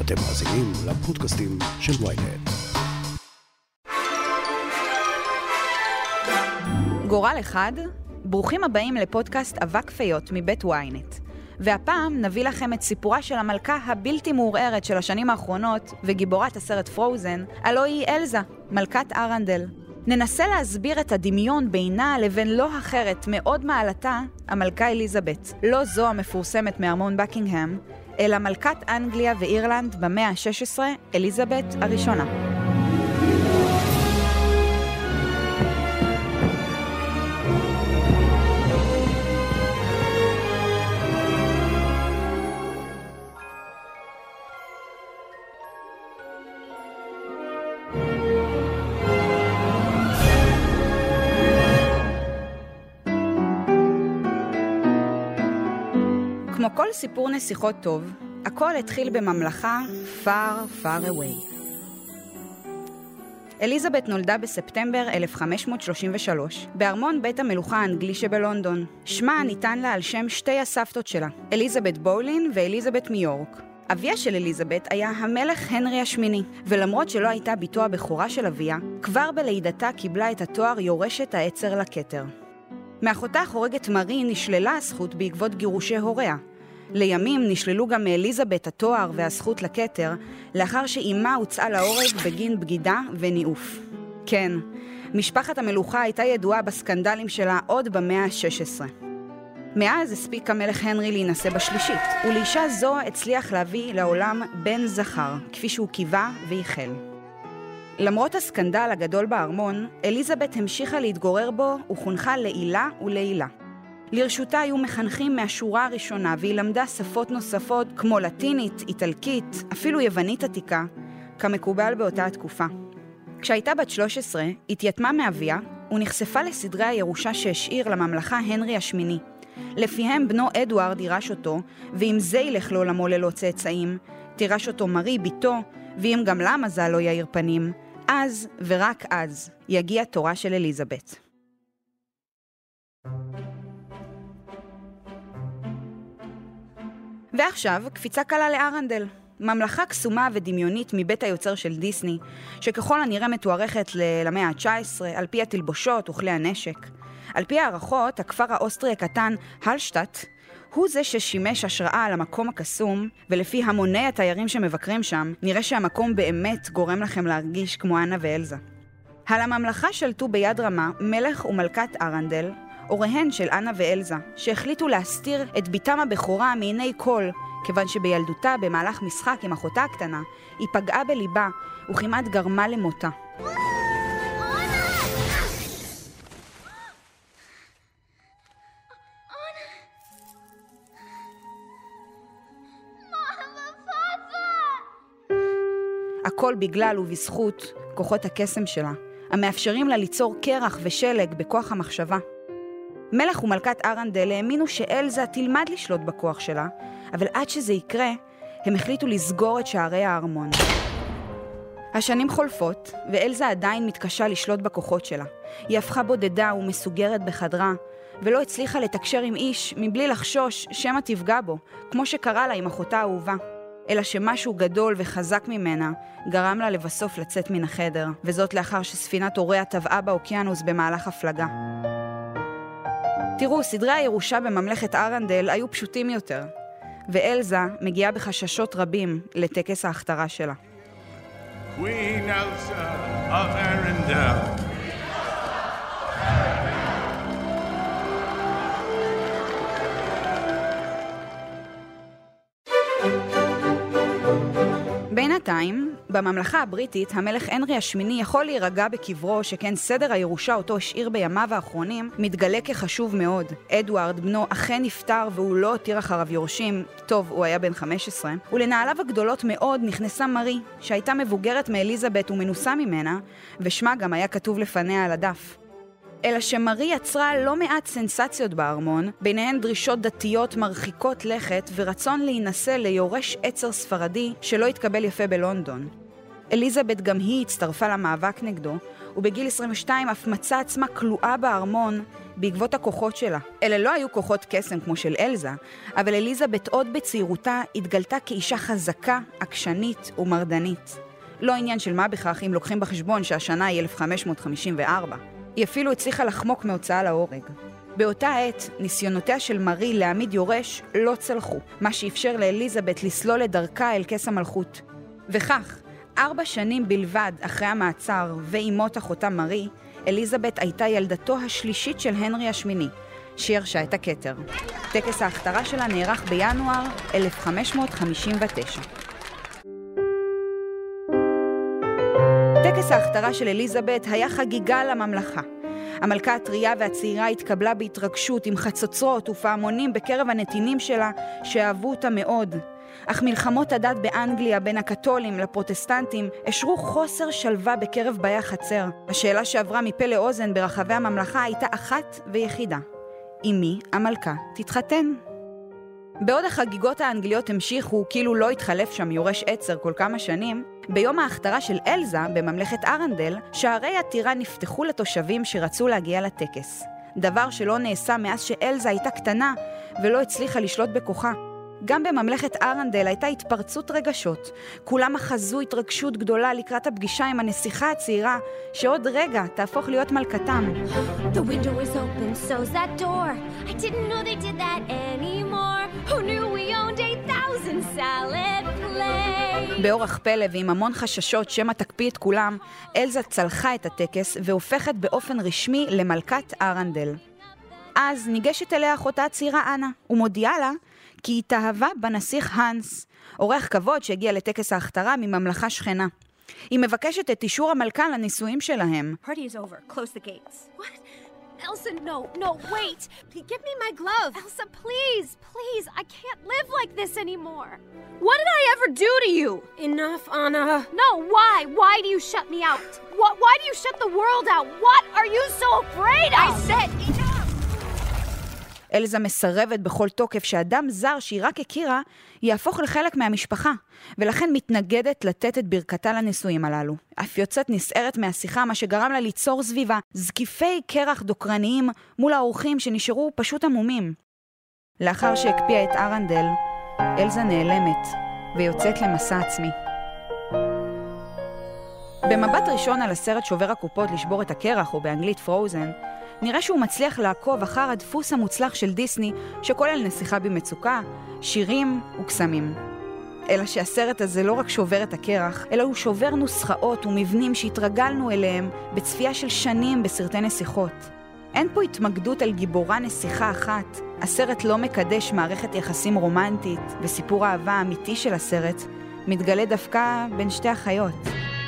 אתם מאזינים לפודקאסטים של ynet. גורל אחד, ברוכים הבאים לפודקאסט אבק פיות מבית ynet. והפעם נביא לכם את סיפורה של המלכה הבלתי מעורערת של השנים האחרונות וגיבורת הסרט פרוזן, הלוא היא אלזה, מלכת ארנדל. ננסה להסביר את הדמיון בינה לבין לא אחרת מאוד מעלתה, המלכה אליזבת. לא זו המפורסמת מארמון בקינגהם, אלא מלכת אנגליה ואירלנד במאה ה-16, אליזבת הראשונה. כמו כל סיפור נסיכות טוב, הכל התחיל בממלכה far far away. אליזבת נולדה בספטמבר 1533, בארמון בית המלוכה האנגלי שבלונדון. שמה ניתן לה על שם שתי הסבתות שלה, אליזבת בולין ואליזבת מיורק. אביה של אליזבת היה המלך הנרי השמיני, ולמרות שלא הייתה ביתו הבכורה של אביה, כבר בלידתה קיבלה את התואר יורשת העצר לכתר. מאחותה החורגת מארי נשללה הזכות בעקבות גירושי הוריה. לימים נשללו גם מאליזבת התואר והזכות לכתר, לאחר שאימה הוצאה להורג בגין בגידה וניאוף. כן, משפחת המלוכה הייתה ידועה בסקנדלים שלה עוד במאה ה-16. מאז הספיק המלך הנרי להינשא בשלישית, ולאישה זו הצליח להביא לעולם בן זכר, כפי שהוא קיווה וייחל. למרות הסקנדל הגדול בארמון, אליזבת המשיכה להתגורר בו וחונכה לעילה ולעילה. לרשותה היו מחנכים מהשורה הראשונה, והיא למדה שפות נוספות כמו לטינית, איטלקית, אפילו יוונית עתיקה, כמקובל באותה התקופה. כשהייתה בת 13, התייתמה מאביה ונחשפה לסדרי הירושה שהשאיר לממלכה הנרי השמיני. לפיהם בנו אדוארד ירש אותו, ואם זה ילך לעולמו ללא צאצאים, תירש אותו מארי ביתו, ואם גם לה מזל לא יאיר פנים, אז ורק אז יגיע תורה של אליזבת. ועכשיו קפיצה קלה לארנדל, ממלכה קסומה ודמיונית מבית היוצר של דיסני, שככל הנראה מתוארכת למאה ה-19 על פי התלבושות וכלי הנשק. על פי הערכות, הכפר האוסטרי הקטן הלשטט הוא זה ששימש השראה על המקום הקסום, ולפי המוני התיירים שמבקרים שם, נראה שהמקום באמת גורם לכם להרגיש כמו אנה ואלזה. על הממלכה שלטו ביד רמה מלך ומלכת ארנדל, הוריהן של אנה ואלזה, שהחליטו להסתיר את ביתם הבכורה מעיני כל, כיוון שבילדותה במהלך משחק עם אחותה הקטנה, היא פגעה בליבה וכמעט גרמה למותה. הכל בגלל ובזכות כוחות הקסם שלה, המאפשרים לה ליצור קרח ושלג בכוח המחשבה. מלך ומלכת ארנדל האמינו שאלזה תלמד לשלוט בכוח שלה, אבל עד שזה יקרה, הם החליטו לסגור את שערי הארמון. השנים חולפות, ואלזה עדיין מתקשה לשלוט בכוחות שלה. היא הפכה בודדה ומסוגרת בחדרה, ולא הצליחה לתקשר עם איש מבלי לחשוש שמא תפגע בו, כמו שקרה לה עם אחותה האהובה. אלא שמשהו גדול וחזק ממנה גרם לה לבסוף לצאת מן החדר, וזאת לאחר שספינת הוריה טבעה באוקיינוס במהלך הפלגה. תראו, סדרי הירושה בממלכת ארנדל היו פשוטים יותר, ואלזה מגיעה בחששות רבים לטקס ההכתרה שלה. Queen Elsa of Arendelle. בינתיים, בממלכה הבריטית, המלך הנרי השמיני יכול להירגע בקברו, שכן סדר הירושה אותו השאיר בימיו האחרונים מתגלה כחשוב מאוד. אדוארד בנו אכן נפטר והוא לא הותיר אחריו יורשים, טוב, הוא היה בן 15, ולנעליו הגדולות מאוד נכנסה מארי, שהייתה מבוגרת מאליזבת ומנוסה ממנה, ושמה גם היה כתוב לפניה על הדף. אלא שמארי יצרה לא מעט סנסציות בארמון, ביניהן דרישות דתיות מרחיקות לכת ורצון להינשא ליורש עצר ספרדי שלא התקבל יפה בלונדון. אליזבת גם היא הצטרפה למאבק נגדו, ובגיל 22 אף מצאה עצמה כלואה בארמון בעקבות הכוחות שלה. אלה לא היו כוחות קסם כמו של אלזה, אבל אליזבת עוד בצעירותה התגלתה כאישה חזקה, עקשנית ומרדנית. לא עניין של מה בכך אם לוקחים בחשבון שהשנה היא 1554. היא אפילו הצליחה לחמוק מהוצאה להורג. באותה עת, ניסיונותיה של מארי להעמיד יורש לא צלחו, מה שאפשר לאליזבת לסלול את דרכה אל כס המלכות. וכך, 4 שנים בלבד אחרי המעצר ואימות אחותה מארי, אליזבת הייתה ילדתו השלישית של הנרי השמיני, שירשה את הכתר. טקס ההכתרה שלה נערך בינואר 1559. טקס ההכתרה של אליזבת היה חגיגה לממלכה. המלכה הטריה והצעירה התקבלה בהתרגשות עם חצוצרות ופעמונים בקרב הנתינים שלה שאהבו אותה מאוד. אך מלחמות הדת באנגליה בין הקתולים לפרוטסטנטים השרו חוסר שלווה בקרב באי החצר. השאלה שעברה מפה לאוזן ברחבי הממלכה הייתה אחת ויחידה: עם מי המלכה תתחתן? בעוד החגיגות האנגליות המשיכו כאילו לא התחלף שם יורש עצר כל כמה שנים, ביום ההכתרה של אלזה בממלכת ארנדל, שערי הטירה נפתחו לתושבים שרצו להגיע לטקס. דבר שלא נעשה מאז שאלזה הייתה קטנה ולא הצליחה לשלוט בכוחה. גם בממלכת ארנדל הייתה התפרצות רגשות. כולם אחזו התרגשות גדולה לקראת הפגישה עם הנסיכה הצעירה, שעוד רגע תהפוך להיות מלכתם. The window is open, so's that door. I didn't know they did that anymore. Who knew we owned 8,000 salad plates? באורח פלא ועם המון חששות שמא תקפיא את כולם, אלזה צלחה את הטקס והופכת באופן רשמי למלכת ארנדל. אז ניגשת אליה אחותה הצעירה אנה, ומודיעה לה כי היא תאהבה בנסיך הנס, אורח כבוד שהגיע לטקס ההכתרה מממלכה שכנה. היא מבקשת את אישור המלכה לנישואים שלהם. Party is over. Close the gates. What? Elsa, no, wait. Give me my glove. Elsa, please. I can't live like this anymore. What did I ever do to you? Enough, Anna. No, why? Why do you shut me out? Why do you shut the world out? What are you so afraid of? I said enough. אלזה מסרבת בכל תוקף שאדם זר שהיא רק הכירה יהפוך לחלק מהמשפחה, ולכן מתנגדת לתת את ברכתה לנישואים הללו. אף יוצאת נסערת מהשיחה, מה שגרם לה ליצור סביבה זקיפי קרח דוקרניים מול האורחים שנשארו פשוט עמומים. לאחר שהקפיאה את ארנדל, אלזה נעלמת ויוצאת למסע עצמי. במבט ראשון על הסרט שובר הקופות לשבור את הקרח, או באנגלית פרוזן, נראה שהוא מצליח לעקוב אחר הדפוס המוצלח של דיסני, שכולל נסיכה במצוקה, שירים וקסמים. אלא שהסרט הזה לא רק שובר את הקרח, אלא הוא שובר נוסחאות ומבנים שהתרגלנו אליהם בצפייה של שנים בסרטי נסיכות. אין פה התמקדות על גיבורה נסיכה אחת. הסרט לא מקדש מערכת יחסים רומנטית, וסיפור האהבה האמיתי של הסרט מתגלה דווקא בין שתי החיות.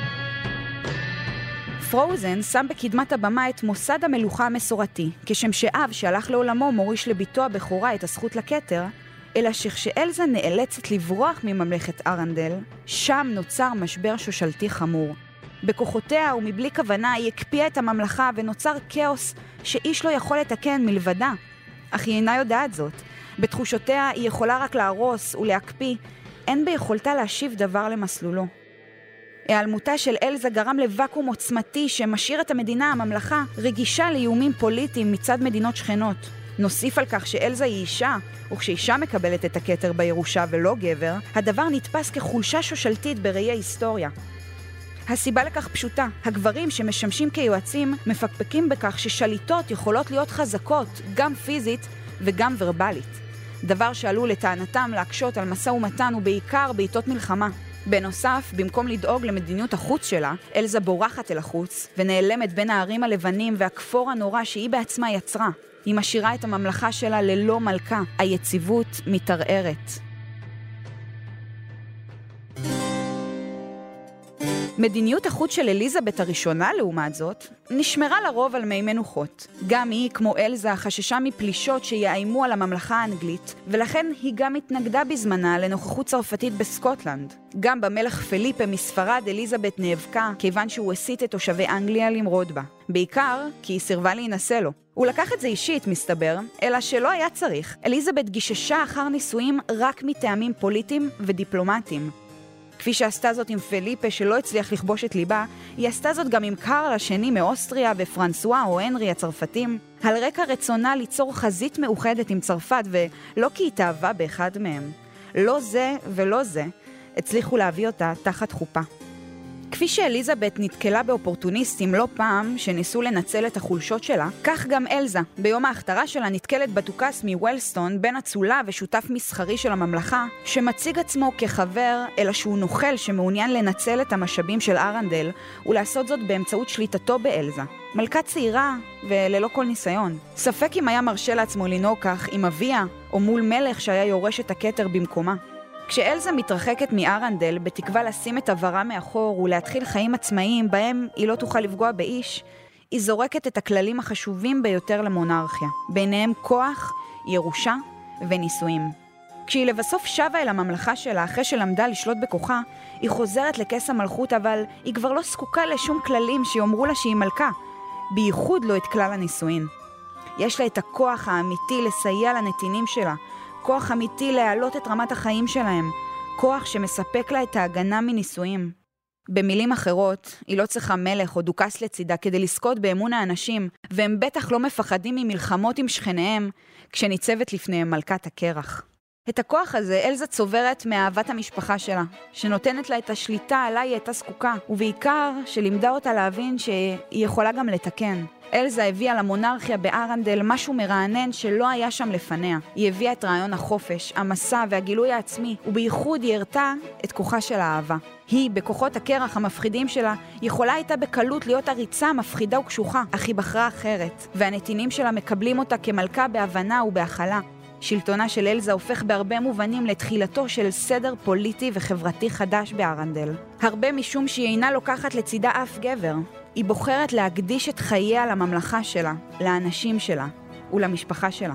פרוזן שם בקדמת הבמה את מוסד המלוכה המסורתי, כשם שאב שהלך לעולמו מוריש לביתו הבכורה את הזכות לכתר, אלא שכשאלזה נאלצת לברוח מממלכת ארנדל, שם נוצר משבר שושלתי חמור. בכוחותיה ומבלי כוונה היא הקפיאה את הממלכה ונוצר כאוס שאיש לא יכול לתקן מלבדה. אך היא אינה יודעת זאת. בתחושותיה היא יכולה רק להרוס ולהקפיא, אין ביכולתה להשיב דבר למסלולו. העלמותה של אלזה גרם לוואקום עוצמתי שמשאיר את המדינה, הממלכה, רגישה לאיומים פוליטיים מצד מדינות שכנות. נוסיף על כך שאלזה היא אישה, וכשאישה מקבלת את הכתר בירושה ולא גבר, הדבר נתפס כחולשה שושלתית בראי ההיסטוריה. הסיבה לכך פשוטה, הגברים שמשמשים כיועצים מפקפקים בכך ששליטות יכולות להיות חזקות, גם פיזית וגם ורבלית. דבר שעלול לטענתם להקשות על משא ומתן ובעיקר בעיתות מלחמה. בנוסף, במקום לדאוג למדיניות החוץ שלה, אלזה בורחת אל החוץ ונעלמת בין הערים הלבנים והכפור הנורא שהיא בעצמה יצרה. היא משאירה את הממלכה שלה ללא מלכה. היציבות מתערערת. מדיניות החוץ של אליזבת הראשונה, לעומת זאת, נשמרה לרוב על מי מנוחות. גם היא, כמו אלזה, חששה מפלישות שיאיימו על הממלכה האנגלית, ולכן היא גם התנגדה בזמנה לנוכחות צרפתית בסקוטלנד. גם במלך פליפה מספרד אליזבת נאבקה, כיוון שהוא הסית את תושבי אנגליה למרוד בה. בעיקר כי היא סירבה להינשא לו. הוא לקח את זה אישית, מסתבר, אלא שלא היה צריך. אליזבת גיששה אחר נישואים רק מטעמים פוליטיים ודיפלומטיים. כפי שעשתה זאת עם פליפה שלא הצליח לכבוש את ליבה, היא עשתה זאת גם עם קארל השני מאוסטריה ופרנסואה או הנרי הצרפתים, על רקע רצונה ליצור חזית מאוחדת עם צרפת, ולא כי היא תאהבה באחד מהם. לא זה ולא זה הצליחו להביא אותה תחת חופה. כפי שאליזבת נתקלה באופורטוניסטים לא פעם שניסו לנצל את החולשות שלה, כך גם אלזה, ביום ההכתרה שלה נתקלת בטוקס מוולסטון, בן אצולה ושותף מסחרי של הממלכה, שמציג עצמו כחבר, אלא שהוא נוכל שמעוניין לנצל את המשאבים של ארנדל, ולעשות זאת באמצעות שליטתו באלזה. מלכה צעירה וללא כל ניסיון. ספק אם היה מרשה לעצמו לנהוג כך עם אביה, או מול מלך שהיה יורש את הכתר במקומה. כשאלזה מתרחקת מארנדל בתקווה לשים את עברה מאחור ולהתחיל חיים עצמאיים בהם היא לא תוכל לפגוע באיש, היא זורקת את הכללים החשובים ביותר למונרכיה, ביניהם כוח, ירושה ונישואים. כשהיא לבסוף שבה אל הממלכה שלה אחרי שלמדה לשלוט בכוחה, היא חוזרת לכס המלכות, אבל היא כבר לא זקוקה לשום כללים שיאמרו לה שהיא מלכה, בייחוד לא את כלל הנישואין. יש לה את הכוח האמיתי לסייע לנתינים שלה, כוח אמיתי להעלות את רמת החיים שלהם, כוח שמספק לה את ההגנה מנישואים. במילים אחרות, היא לא צריכה מלך או דוכס לצידה כדי לזכות באמון האנשים, והם בטח לא מפחדים ממלחמות עם שכניהם, כשניצבת לפניהם מלכת הקרח. את הכוח הזה אלזה צוברת מאהבת המשפחה שלה, שנותנת לה את השליטה עליי היא הייתה זקוקה, ובעיקר שלימדה אותה להבין שהיא יכולה גם לתקן. אלזה הביאה למונרכיה בארנדל משהו מרענן שלא היה שם לפניה. היא הביאה את רעיון החופש, המסע והגילוי העצמי, ובייחוד היא הרתה את כוחה של האהבה. היא, בכוחות הקרח המפחידים שלה, יכולה הייתה בקלות להיות עריצה, מפחידה וקשוחה, אך היא בחרה אחרת, והנתינים שלה מקבלים אותה כמלכה בהבנה ובהכלה. שלטונה של אלזה הופך בהרבה מובנים לתחילתו של סדר פוליטי וחברתי חדש בארנדל. הרבה משום שהיא אינה לוקחת לצידה אף גבר. היא בוחרת להקדיש את חייה לממלכה שלה, לאנשים שלה ולמשפחה שלה.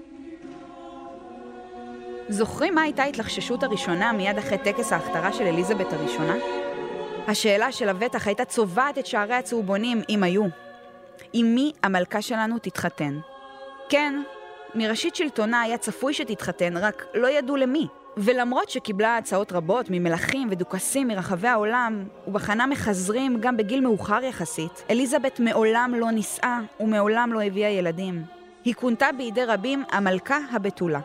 זוכרים מה הייתה ההתלחששות הראשונה מיד אחרי טקס ההכתרה של אליזבת הראשונה? השאלה של הבטח הייתה צובעת את שערי הצהובונים אם היו. עם מי המלכה שלנו תתחתן? כן, מראשית שלטונה היה צפוי שתתחתן, רק לא ידעו למי. ולמרות שקיבלה הצעות רבות ממלכים ודוכסים מרחבי העולם, ובחנה מחזרים גם בגיל מאוחר יחסית, אליזבת מעולם לא נישאה ומעולם לא הביאה ילדים. היא כונתה בידי רבים המלכה הבתולה.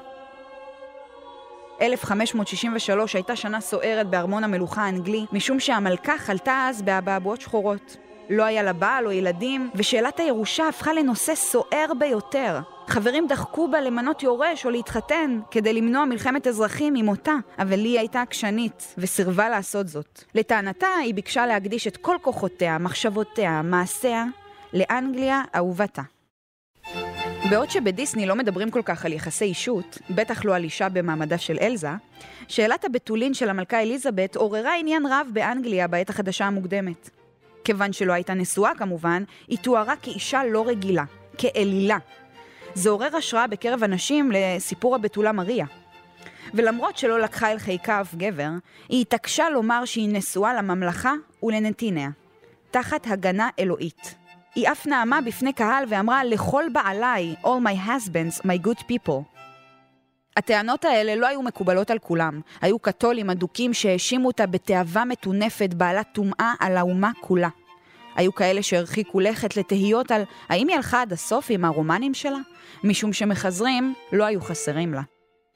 1563 הייתה שנה סוערת בארמון המלוכה האנגלי, משום שהמלכה חלתה אז באבעבועות שחורות. לא היה לה בעל או ילדים, ושאלת הירושה הפכה לנושא סוער ביותר. חברים דחקו בה למנות יורש או להתחתן כדי למנוע מלחמת אזרחים עם אותה, אבל היא הייתה עקשנית וסירבה לעשות זאת. לטענתה היא ביקשה להקדיש את כל כוחותיה, מחשבותיה, מעשיה, לאנגליה אהובתה. בעוד שבדיסני לא מדברים כל כך על יחסי אישות, בטח לא על אישה במעמדה של אלזה, שאלת הבתולין של המלכה אליזבת עוררה עניין רב באנגליה בעת החדשה המוקדמת. כיוון שלא הייתה נשואה כמובן, היא תוארה כאישה לא רגילה, כאלילה. זה עורר השראה בקרב אנשים לסיפור הבתולה מריה. ולמרות שלא לקחה אל חיקה אף גבר, היא התעקשה לומר שהיא נשואה לממלכה ולנתיניה, תחת הגנה אלוהית. היא אף נעמה בפני קהל ואמרה לכל בעליי, all my husbands, my good people. הטענות האלה לא היו מקובלות על כולם. היו קתולים אדוקים שהאשימו אותה בתאווה מטונפת בעלת טומאה על האומה כולה. היו כאלה שהרחיקו לכת לתהיות על האם היא הלכה עד הסוף עם הרומנים שלה, משום שמחזרים לא היו חסרים לה.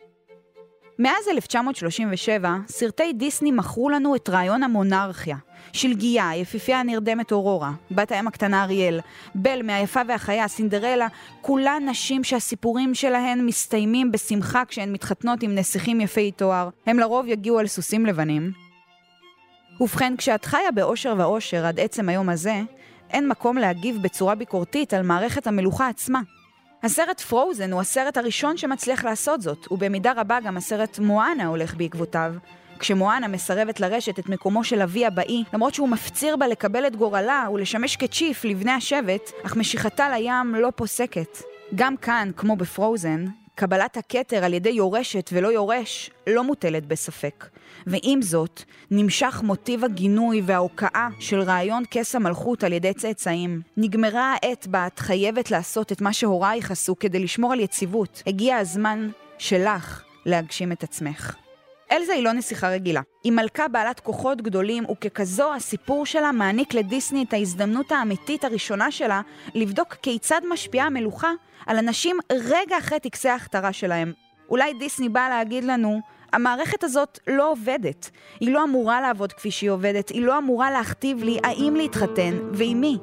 מאז 1937, סרטי דיסני מכרו לנו את רעיון המונרכיה. שלגיה, יפיפיה הנרדמת אורורה, בת הים הקטנה אריאל, בל מהיפה והחיה, סינדרלה, כולן נשים שהסיפורים שלהן מסתיימים בשמחה כשהן מתחתנות עם נסיכים יפי תואר. הם לרוב יגיעו על סוסים לבנים. ובכן, כשאת חיה באושר ואושר עד עצם היום הזה, אין מקום להגיב בצורה ביקורתית על מערכת המלוכה עצמה. הסרט פרוזן הוא הסרט הראשון שמצליח לעשות זאת, ובמידה רבה גם הסרט מואנה הולך בעקבותיו. כשמואנה מסרבת לרשת את מקומו של אביה באי, למרות שהוא מפציר בה לקבל את גורלה ולשמש כצ'יף לבני השבט, אך משיכתה לים לא פוסקת. גם כאן, כמו בפרוזן, קבלת הכתר על ידי יורשת ולא יורש לא מוטלת בספק. ועם זאת, נמשך מוטיב הגינוי וההוקעה של רעיון כס המלכות על ידי צאצאים. נגמרה העת בה את חייבת לעשות את מה שהורייך עשו כדי לשמור על יציבות. הגיע הזמן שלך להגשים את עצמך. אלזה היא לא נסיכה רגילה. היא מלכה בעלת כוחות גדולים, וככזו הסיפור שלה מעניק לדיסני את ההזדמנות האמיתית הראשונה שלה לבדוק כיצד משפיעה המלוכה על אנשים רגע אחרי טקסי ההכתרה שלהם. אולי דיסני באה להגיד לנו, המערכת הזאת לא עובדת. היא לא אמורה לעבוד כפי שהיא עובדת, היא לא אמורה להכתיב לי האם להתחתן ועם מי.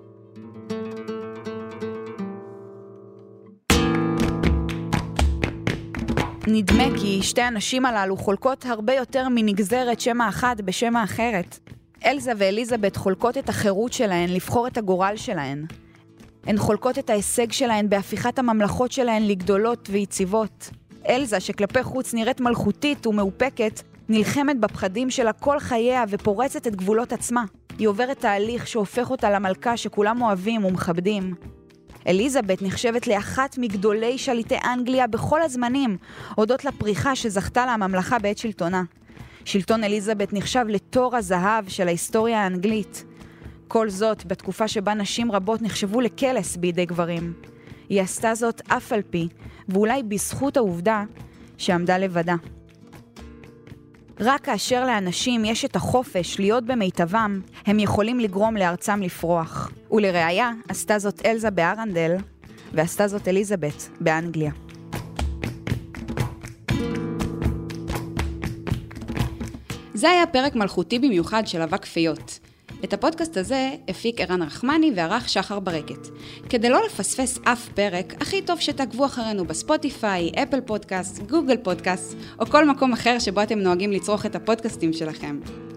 נדמה כי שתי הנשים הללו חולקות הרבה יותר מנגזרת שם האחד בשם האחרת. אלזה ואליזבת חולקות את החירות שלהן לבחור את הגורל שלהן. הן חולקות את ההישג שלהן בהפיכת הממלכות שלהן לגדולות ויציבות. אלזה, שכלפי חוץ נראית מלכותית ומאופקת, נלחמת בפחדים שלה כל חייה ופורצת את גבולות עצמה. היא עוברת תהליך שהופך אותה למלכה שכולם אוהבים ומכבדים. אליזבת נחשבת לאחת מגדולי שליטי אנגליה בכל הזמנים, הודות לפריחה שזכתה לה הממלכה בעת שלטונה. שלטון אליזבת נחשב לתור הזהב של ההיסטוריה האנגלית. כל זאת בתקופה שבה נשים רבות נחשבו לקלס בידי גברים. היא עשתה זאת אף על פי, ואולי בזכות העובדה שעמדה לבדה. רק כאשר לאנשים יש את החופש להיות במיטבם, הם יכולים לגרום לארצם לפרוח. ולראיה, עשתה זאת אלזה בארנדל, ועשתה זאת אליזבת באנגליה. זה היה פרק מלכותי במיוחד של אבק פיות. את הפודקאסט הזה הפיק ערן רחמני וערך שחר ברקת. כדי לא לפספס אף פרק, הכי טוב שתעקבו אחרינו בספוטיפיי, אפל פודקאסט, גוגל פודקאסט, או כל מקום אחר שבו אתם נוהגים לצרוך את הפודקאסטים שלכם.